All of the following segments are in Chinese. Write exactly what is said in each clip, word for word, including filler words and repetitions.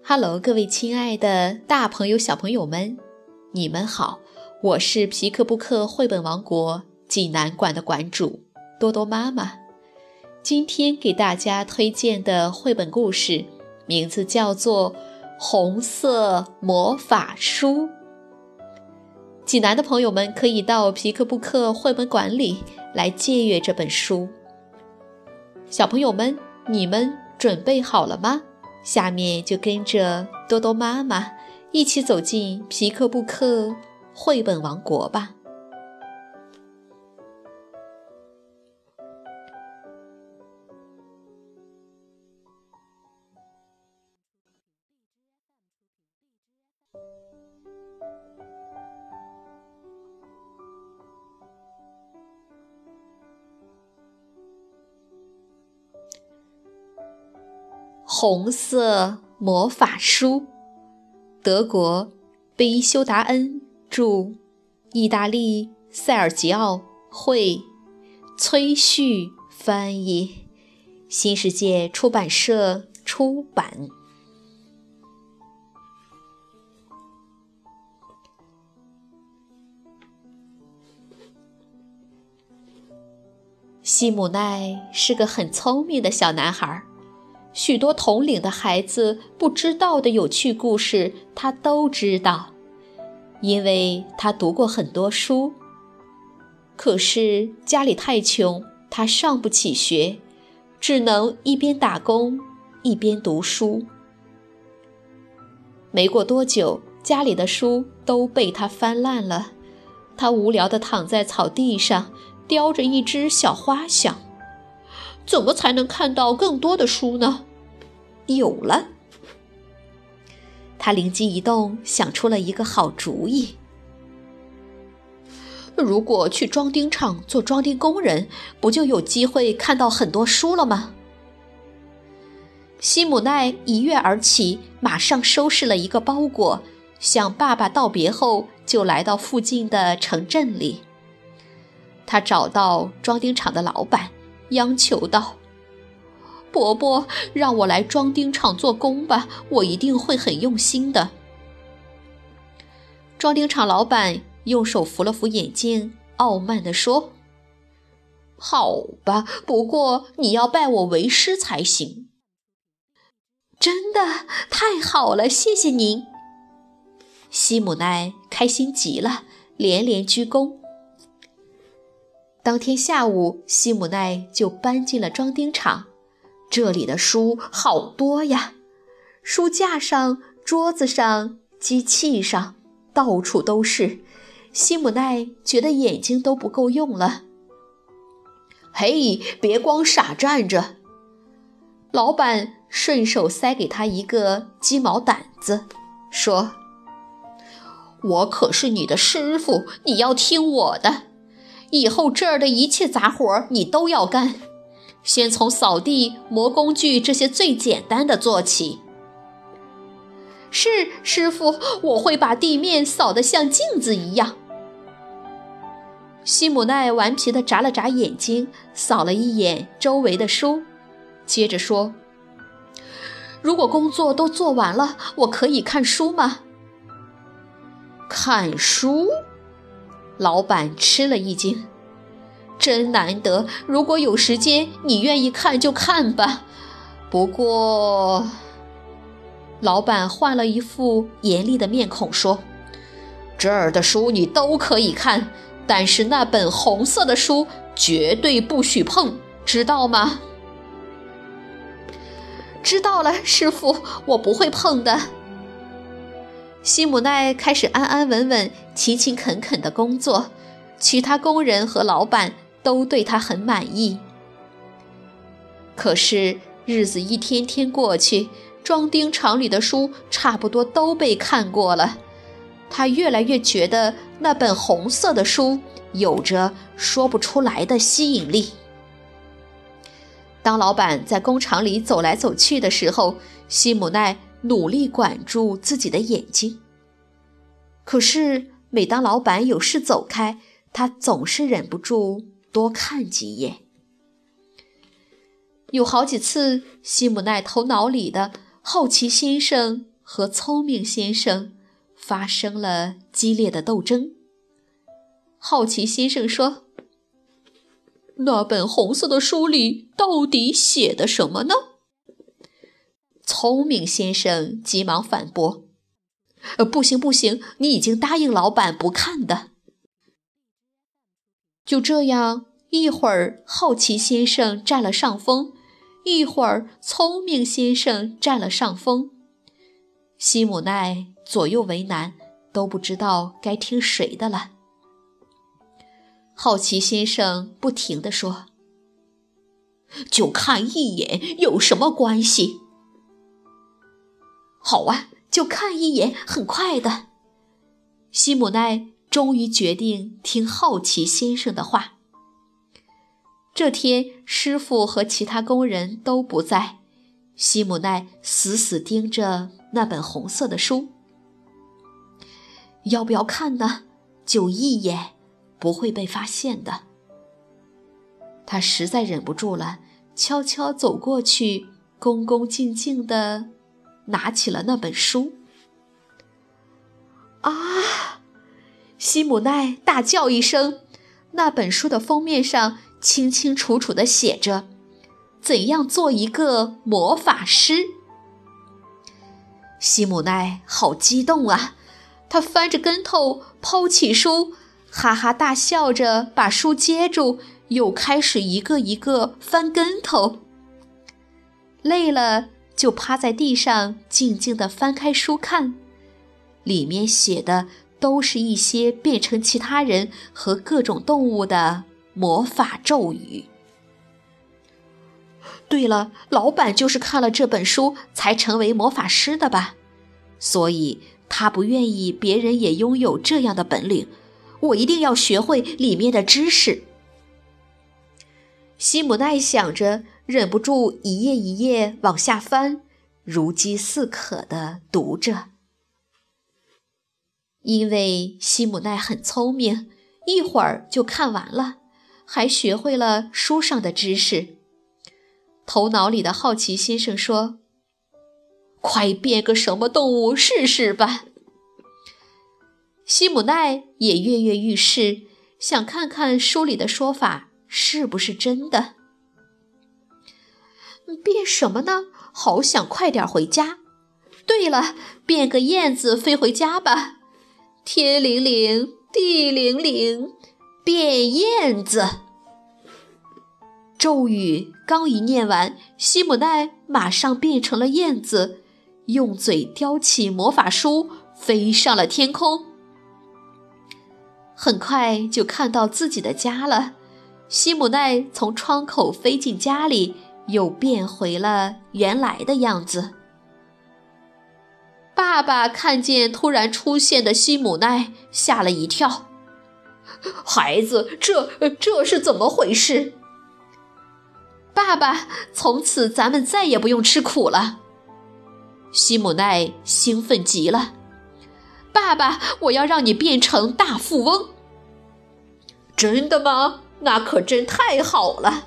Hello， 各位亲爱的大朋友小朋友们，你们好，我是皮克布克绘本王国济南馆的馆主多多妈妈。今天给大家推荐的绘本故事名字叫做《红色魔法书》。济南的朋友们可以到皮克布克绘本馆里来借阅这本书。小朋友们，你们准备好了吗？下面就跟着多多妈妈一起走进皮克布克绘本王国吧。红色魔法书，德国贝修达恩著，意大利塞尔吉奥绘，崔旭翻译，新世界出版社出版。西姆奈是个很聪明的小男孩，许多同龄的孩子不知道的有趣故事他都知道，因为他读过很多书。可是家里太穷，他上不起学，只能一边打工一边读书。没过多久，家里的书都被他翻烂了，他无聊地躺在草地上，叼着一只小花想，怎么才能看到更多的书呢？有了！他灵机一动，想出了一个好主意。如果去装订厂做装订工人，不就有机会看到很多书了吗？西姆奈一跃而起，马上收拾了一个包裹，向爸爸道别后，就来到附近的城镇里。他找到装订厂的老板，央求道：伯伯，让我来装订厂做工吧，我一定会很用心的。装订厂老板用手扶了扶眼镜，傲慢地说：好吧，不过你要拜我为师才行。真的，太好了，谢谢您。西姆奈开心极了，连连鞠躬。当天下午，西姆奈就搬进了装订厂。这里的书好多呀，书架上、桌子上、机器上，到处都是。西姆奈觉得眼睛都不够用了。嘿，别光傻站着！老板顺手塞给他一个鸡毛掸子，说：我可是你的师傅，你要听我的。以后这儿的一切杂活你都要干。先从扫地、磨工具这些最简单的做起。是，师傅，我会把地面扫得像镜子一样。西姆奈顽皮地眨了眨眼睛，扫了一眼周围的书，接着说：如果工作都做完了，我可以看书吗？看书？老板吃了一惊。真难得，如果有时间，你愿意看就看吧。不过，老板换了一副严厉的面孔说：这儿的书你都可以看，但是那本红色的书绝对不许碰，知道吗？知道了，师傅，我不会碰的。西姆奈开始安安稳稳、勤勤恳恳地工作，其他工人和老板都对他很满意。可是日子一天天过去，装订厂里的书差不多都被看过了。他越来越觉得那本红色的书有着说不出来的吸引力。当老板在工厂里走来走去的时候，西姆奈努力管住自己的眼睛。可是每当老板有事走开，他总是忍不住多看几眼。有好几次，西姆奈头脑里的好奇先生和聪明先生发生了激烈的斗争。好奇先生说：那本红色的书里到底写的什么呢？聪明先生急忙反驳：呃，不行不行，你已经答应老板不看的。就这样，一会儿好奇先生占了上风，一会儿聪明先生占了上风。西姆奈左右为难，都不知道该听谁的了。好奇先生不停地说：就看一眼有什么关系？好啊，就看一眼，很快的。西姆奈终于决定听好奇先生的话。这天，师傅和其他工人都不在，西姆奈死死盯着那本红色的书。要不要看呢？就一眼，不会被发现的。他实在忍不住了，悄悄走过去，恭恭敬敬地拿起了那本书。啊！西姆奈大叫一声，那本书的封面上清清楚楚地写着怎样做一个魔法师。西姆奈好激动啊，他翻着跟头抛起书，哈哈大笑着把书接住，又开始一个一个翻跟头。累了就趴在地上静静地翻开书看，里面写的都是一些变成其他人和各种动物的魔法咒语。对了，老板就是看了这本书才成为魔法师的吧？所以他不愿意别人也拥有这样的本领，我一定要学会里面的知识。西姆奈想着，忍不住一页一页往下翻，如饥似渴地读着。因为西姆奈很聪明，一会儿就看完了，还学会了书上的知识。头脑里的好奇先生说：快变个什么动物试试吧。西姆奈也跃跃欲试，想看看书里的说法是不是真的。变什么呢？好想快点回家。对了，变个燕子飞回家吧。天灵灵，地灵灵，变燕子。咒语刚一念完，西姆奈马上变成了燕子，用嘴叼起魔法书，飞上了天空。很快就看到自己的家了，西姆奈从窗口飞进家里，又变回了原来的样子。爸爸看见突然出现的西姆奈，吓了一跳。孩子，这这是怎么回事？爸爸，从此咱们再也不用吃苦了。西姆奈兴奋极了。爸爸，我要让你变成大富翁。真的吗？那可真太好了。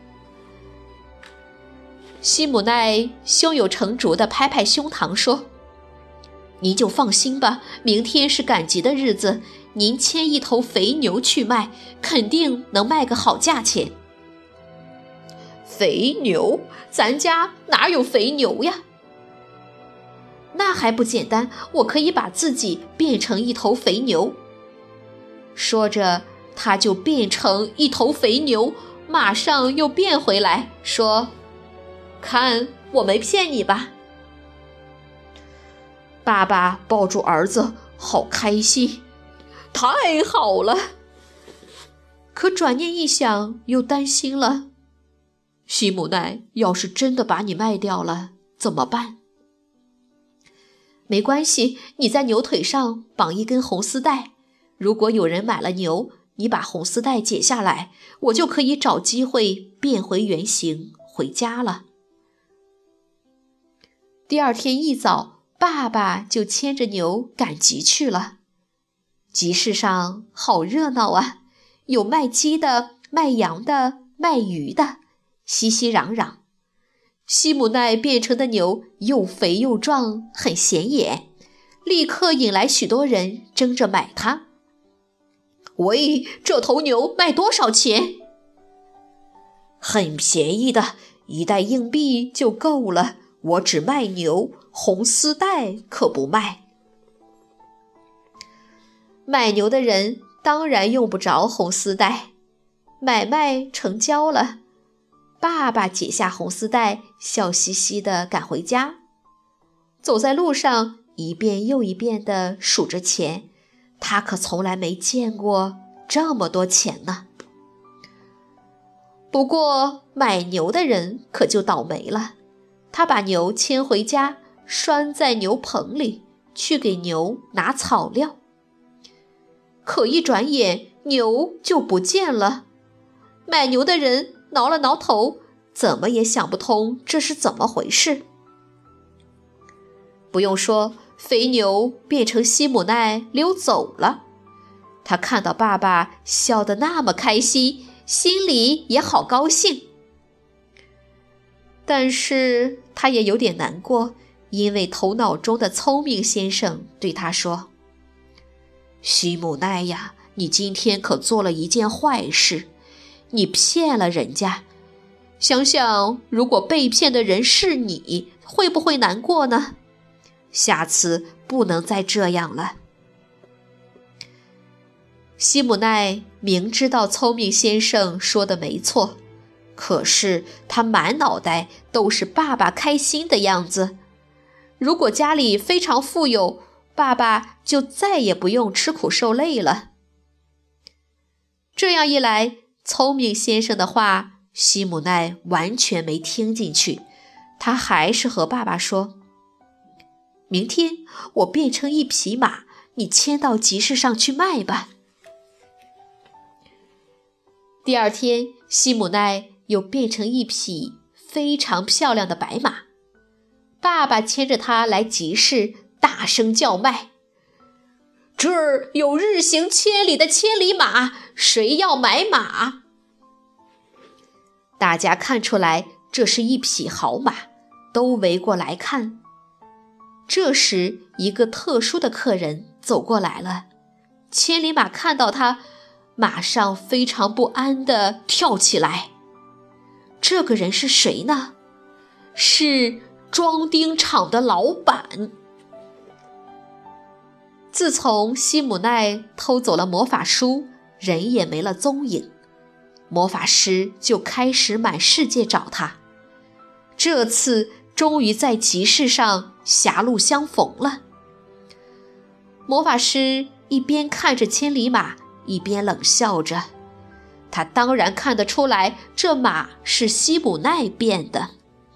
西姆奈胸有成竹地拍拍胸膛说：您就放心吧，明天是赶集的日子，您牵一头肥牛去卖，肯定能卖个好价钱。肥牛？咱家哪有肥牛呀？那还不简单，我可以把自己变成一头肥牛。说着，他就变成一头肥牛，马上又变回来，说：看，我没骗你吧。爸爸抱住儿子，好开心，太好了。可转念一想，又担心了。西姆奈要是真的把你卖掉了，怎么办？没关系，你在牛腿上绑一根红丝带，如果有人买了牛，你把红丝带解下来，我就可以找机会变回原形回家了。第二天一早，爸爸就牵着牛赶集去了。集市上好热闹啊，有卖鸡的，卖羊的，卖鱼的，熙熙攘攘。 西姆奈变成的牛又肥又壮，很显眼，立刻引来许多人争着买它。喂，这头牛卖多少钱？很便宜的，一袋硬币就够了，我只卖牛，红丝带可不卖。买牛的人当然用不着红丝带，买卖成交了。爸爸解下红丝带，笑嘻嘻地赶回家。走在路上，一遍又一遍地数着钱，他可从来没见过这么多钱呢。不过买牛的人可就倒霉了，他把牛牵回家，拴在牛棚里，去给牛拿草料。可一转眼，牛就不见了。买牛的人挠了挠头，怎么也想不通这是怎么回事。不用说，肥牛变成西姆奈溜走了。他看到爸爸笑得那么开心，心里也好高兴。但是他也有点难过，因为头脑中的聪明先生对他说：西姆奈呀，你今天可做了一件坏事，你骗了人家。想想如果被骗的人是你，会不会难过呢？下次不能再这样了。西姆奈明知道聪明先生说的没错，可是他满脑袋都是爸爸开心的样子。如果家里非常富有，爸爸就再也不用吃苦受累了。这样一来，聪明先生的话，西姆奈完全没听进去。他还是和爸爸说：明天我变成一匹马，你牵到集市上去卖吧。第二天，西姆奈又变成一匹非常漂亮的白马，爸爸牵着它来集市，大声叫卖：这儿有日行千里的千里马，谁要买马？大家看出来这是一匹好马，都围过来看。这时，一个特殊的客人走过来了，千里马看到他，马上非常不安地跳起来。这个人是谁呢？是装订厂的老板。自从西姆奈偷走了魔法书，人也没了踪影，魔法师就开始满世界找他。这次终于在集市上狭路相逢了。魔法师一边看着千里马，一边冷笑着。他当然看得出来，这马是西姆奈变的。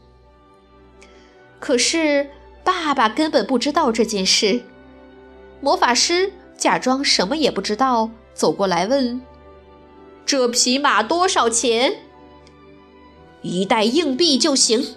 可是爸爸根本不知道这件事。魔法师假装什么也不知道，走过来问：这匹马多少钱？一袋硬币就行。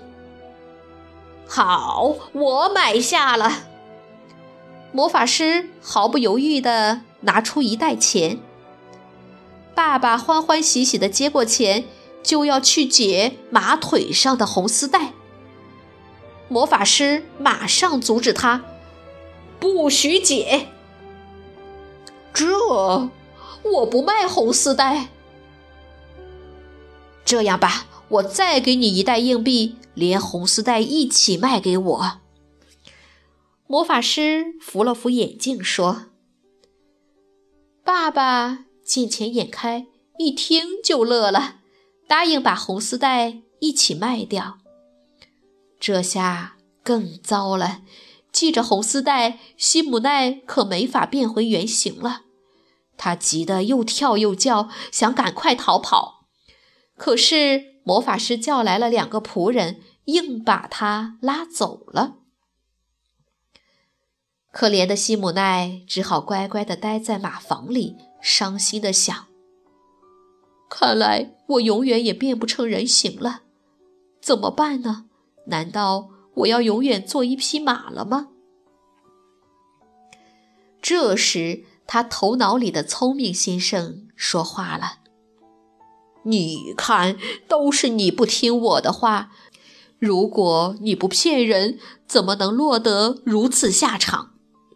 好，我买下了。魔法师毫不犹豫地拿出一袋钱。爸爸欢欢喜喜地接过钱，就要去解马腿上的红丝带。魔法师马上阻止他：不许解！这，我不卖红丝带。这样吧，我再给你一袋硬币，连红丝带一起卖给我。魔法师扶了扶眼镜说。爸爸见钱眼开，一听就乐了，答应把红丝带一起卖掉。这下更糟了，系着红丝带，西姆奈可没法变回原形了。他急得又跳又叫，想赶快逃跑。可是魔法师叫来了两个仆人，硬把他拉走了。可怜的西姆奈只好乖乖地待在马房里，伤心地想：看来我永远也变不成人形了，怎么办呢？难道我要永远做一匹马了吗？这时，他头脑里的聪明先生说话了：你看，都是你不听我的话。 如果你不骗人，怎么能落得如此下场？”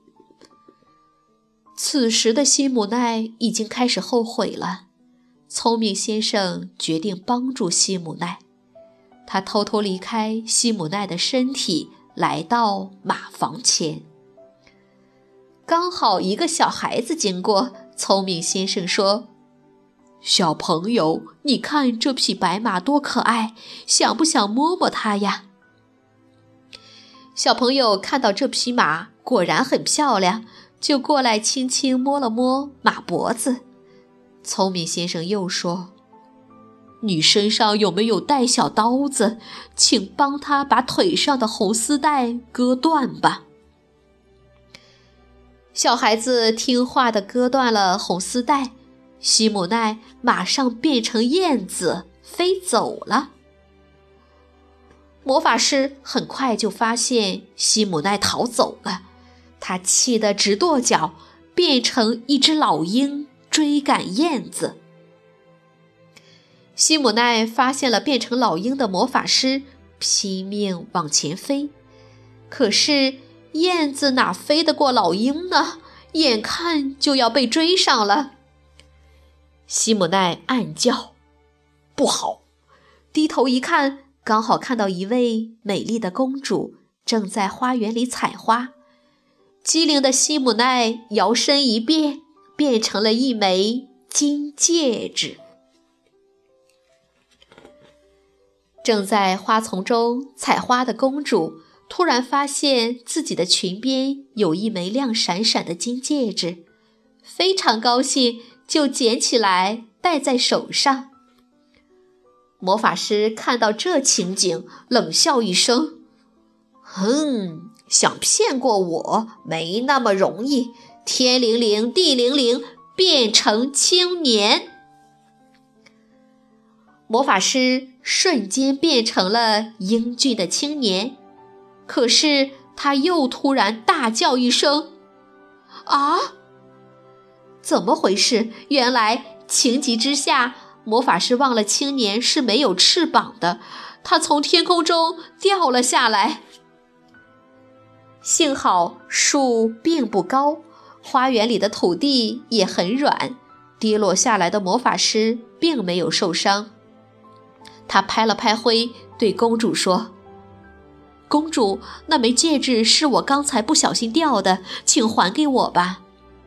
此时的西姆奈已经开始后悔了。聪明先生决定帮助西姆奈，他偷偷离开西姆奈的身体，来到马房前。刚好一个小孩子经过，聪明先生说：“小朋友，你看这匹白马多可爱，想不想摸摸它呀？”小朋友看到这匹马果然很漂亮，就过来轻轻摸了摸马脖子。聪明先生又说：“你身上有没有带小刀子？请帮他把腿上的红丝带割断吧。”小孩子听话地割断了红丝带，西姆奈马上变成燕子飞走了。魔法师很快就发现西姆奈逃走了，他气得直跺脚，变成一只老鹰追赶燕子。西姆奈发现了变成老鹰的魔法师，拼命往前飞。可是燕子哪飞得过老鹰呢？眼看就要被追上了。西姆奈暗叫：“不好！”低头一看，刚好看到一位美丽的公主正在花园里采花。机灵的西姆奈摇身一变，变成了一枚金戒指。正在花丛中采花的公主突然发现自己的裙边有一枚亮闪闪的金戒指，非常高兴，就捡起来戴在手上。魔法师看到这情景，冷笑一声：“哼，想骗过我没那么容易，天灵灵地灵灵，变成青年。”魔法师瞬间变成了英俊的青年，可是他又突然大叫一声：“啊！”怎么回事？原来情急之下，魔法师忘了青年是没有翅膀的，他从天空中掉了下来。幸好树并不高，花园里的土地也很软，跌落下来的魔法师并没有受伤。他拍了拍灰，对公主说：“公主，那枚戒指是我刚才不小心掉的，请还给我吧。”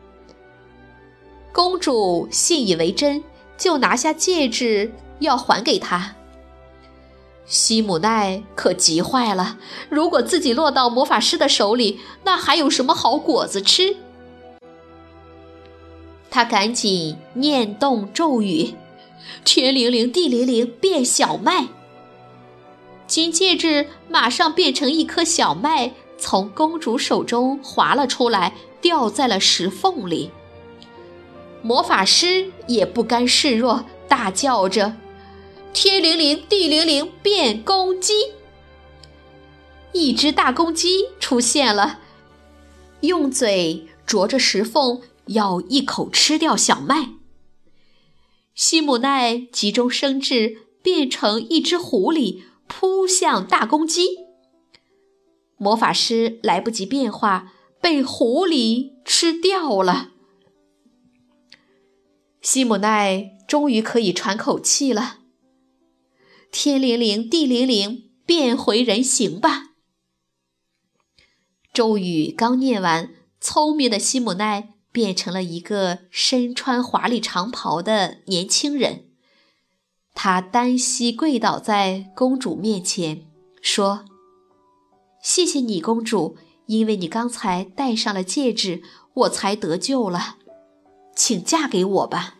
公主信以为真，就拿下戒指要还给他。西姆奈可急坏了，如果自己落到魔法师的手里，那还有什么好果子吃？他赶紧念动咒语：“天灵灵地灵灵，变小麦。”金戒指马上变成一颗小麦，从公主手中滑了出来，掉在了石缝里。魔法师也不甘示弱，大叫着：“天灵灵地灵灵，变公鸡！”一只大公鸡出现了，用嘴啄着石缝，要一口吃掉小麦。西姆奈急中生智，变成一只狐狸，扑向大公鸡。魔法师来不及变化，被狐狸吃掉了。西姆奈终于可以喘口气了。天灵灵地灵灵，变回人形吧。咒语刚念完，聪明的西姆奈变成了一个身穿华丽长袍的年轻人。他单膝跪倒在公主面前，说：“谢谢你，公主，因为你刚才戴上了戒指，我才得救了。请嫁给我吧。”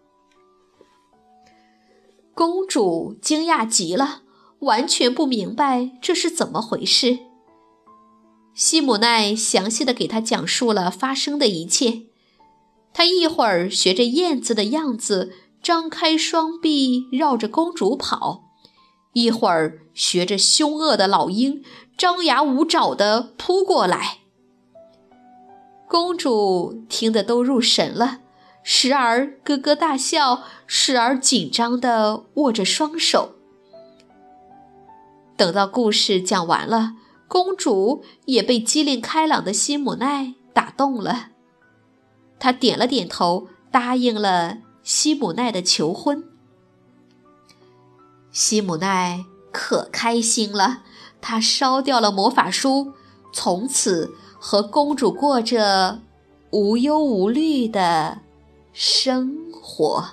公主惊讶极了，完全不明白这是怎么回事。西姆奈详细地给她讲述了发生的一切。他一会儿学着燕子的样子，张开双臂绕着公主跑，一会儿学着凶恶的老鹰，张牙舞爪地扑过来。公主听得都入神了，时而咯咯大笑，时而紧张地握着双手。 等到故事讲完了，公主也被机灵开朗的西姆奈打动了。她点了点头，答应了西姆奈的求婚。西姆奈可开心了，他烧掉了魔法书，从此和公主过着无忧无虑的生活。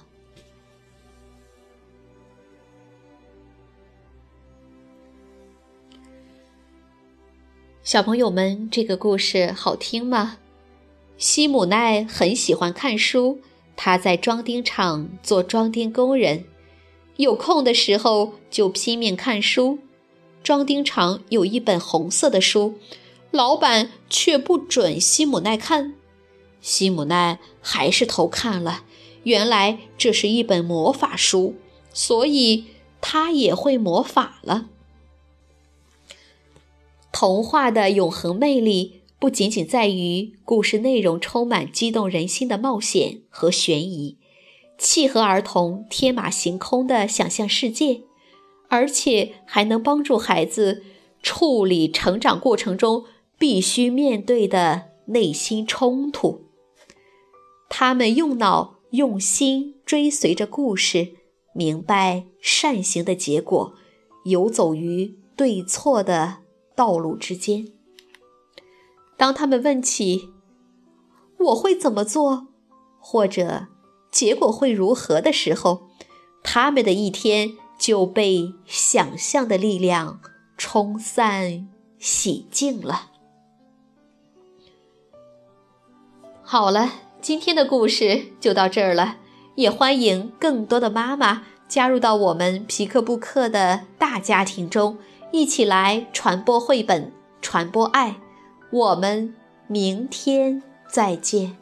小朋友们，这个故事好听吗？西姆奈很喜欢看书，他在装订厂做装订工人，有空的时候就拼命看书。装订厂有一本红色的书，老板却不准西姆奈看。西姆奈还是偷看了，原来这是一本魔法书，所以他也会魔法了。童话的永恒魅力不仅仅在于故事内容充满激动人心的冒险和悬疑，契合儿童天马行空的想象世界，而且还能帮助孩子处理成长过程中必须面对的内心冲突。他们用脑用心追随着故事，明白善行的结果，游走于对错的道路之间。当他们问起我会怎么做，或者结果会如何的时候，他们的一天就被想象的力量冲散洗净了。好了，今天的故事就到这儿了，也欢迎更多的妈妈加入到我们皮克布克的大家庭中，一起来传播绘本，传播爱。我们明天再见。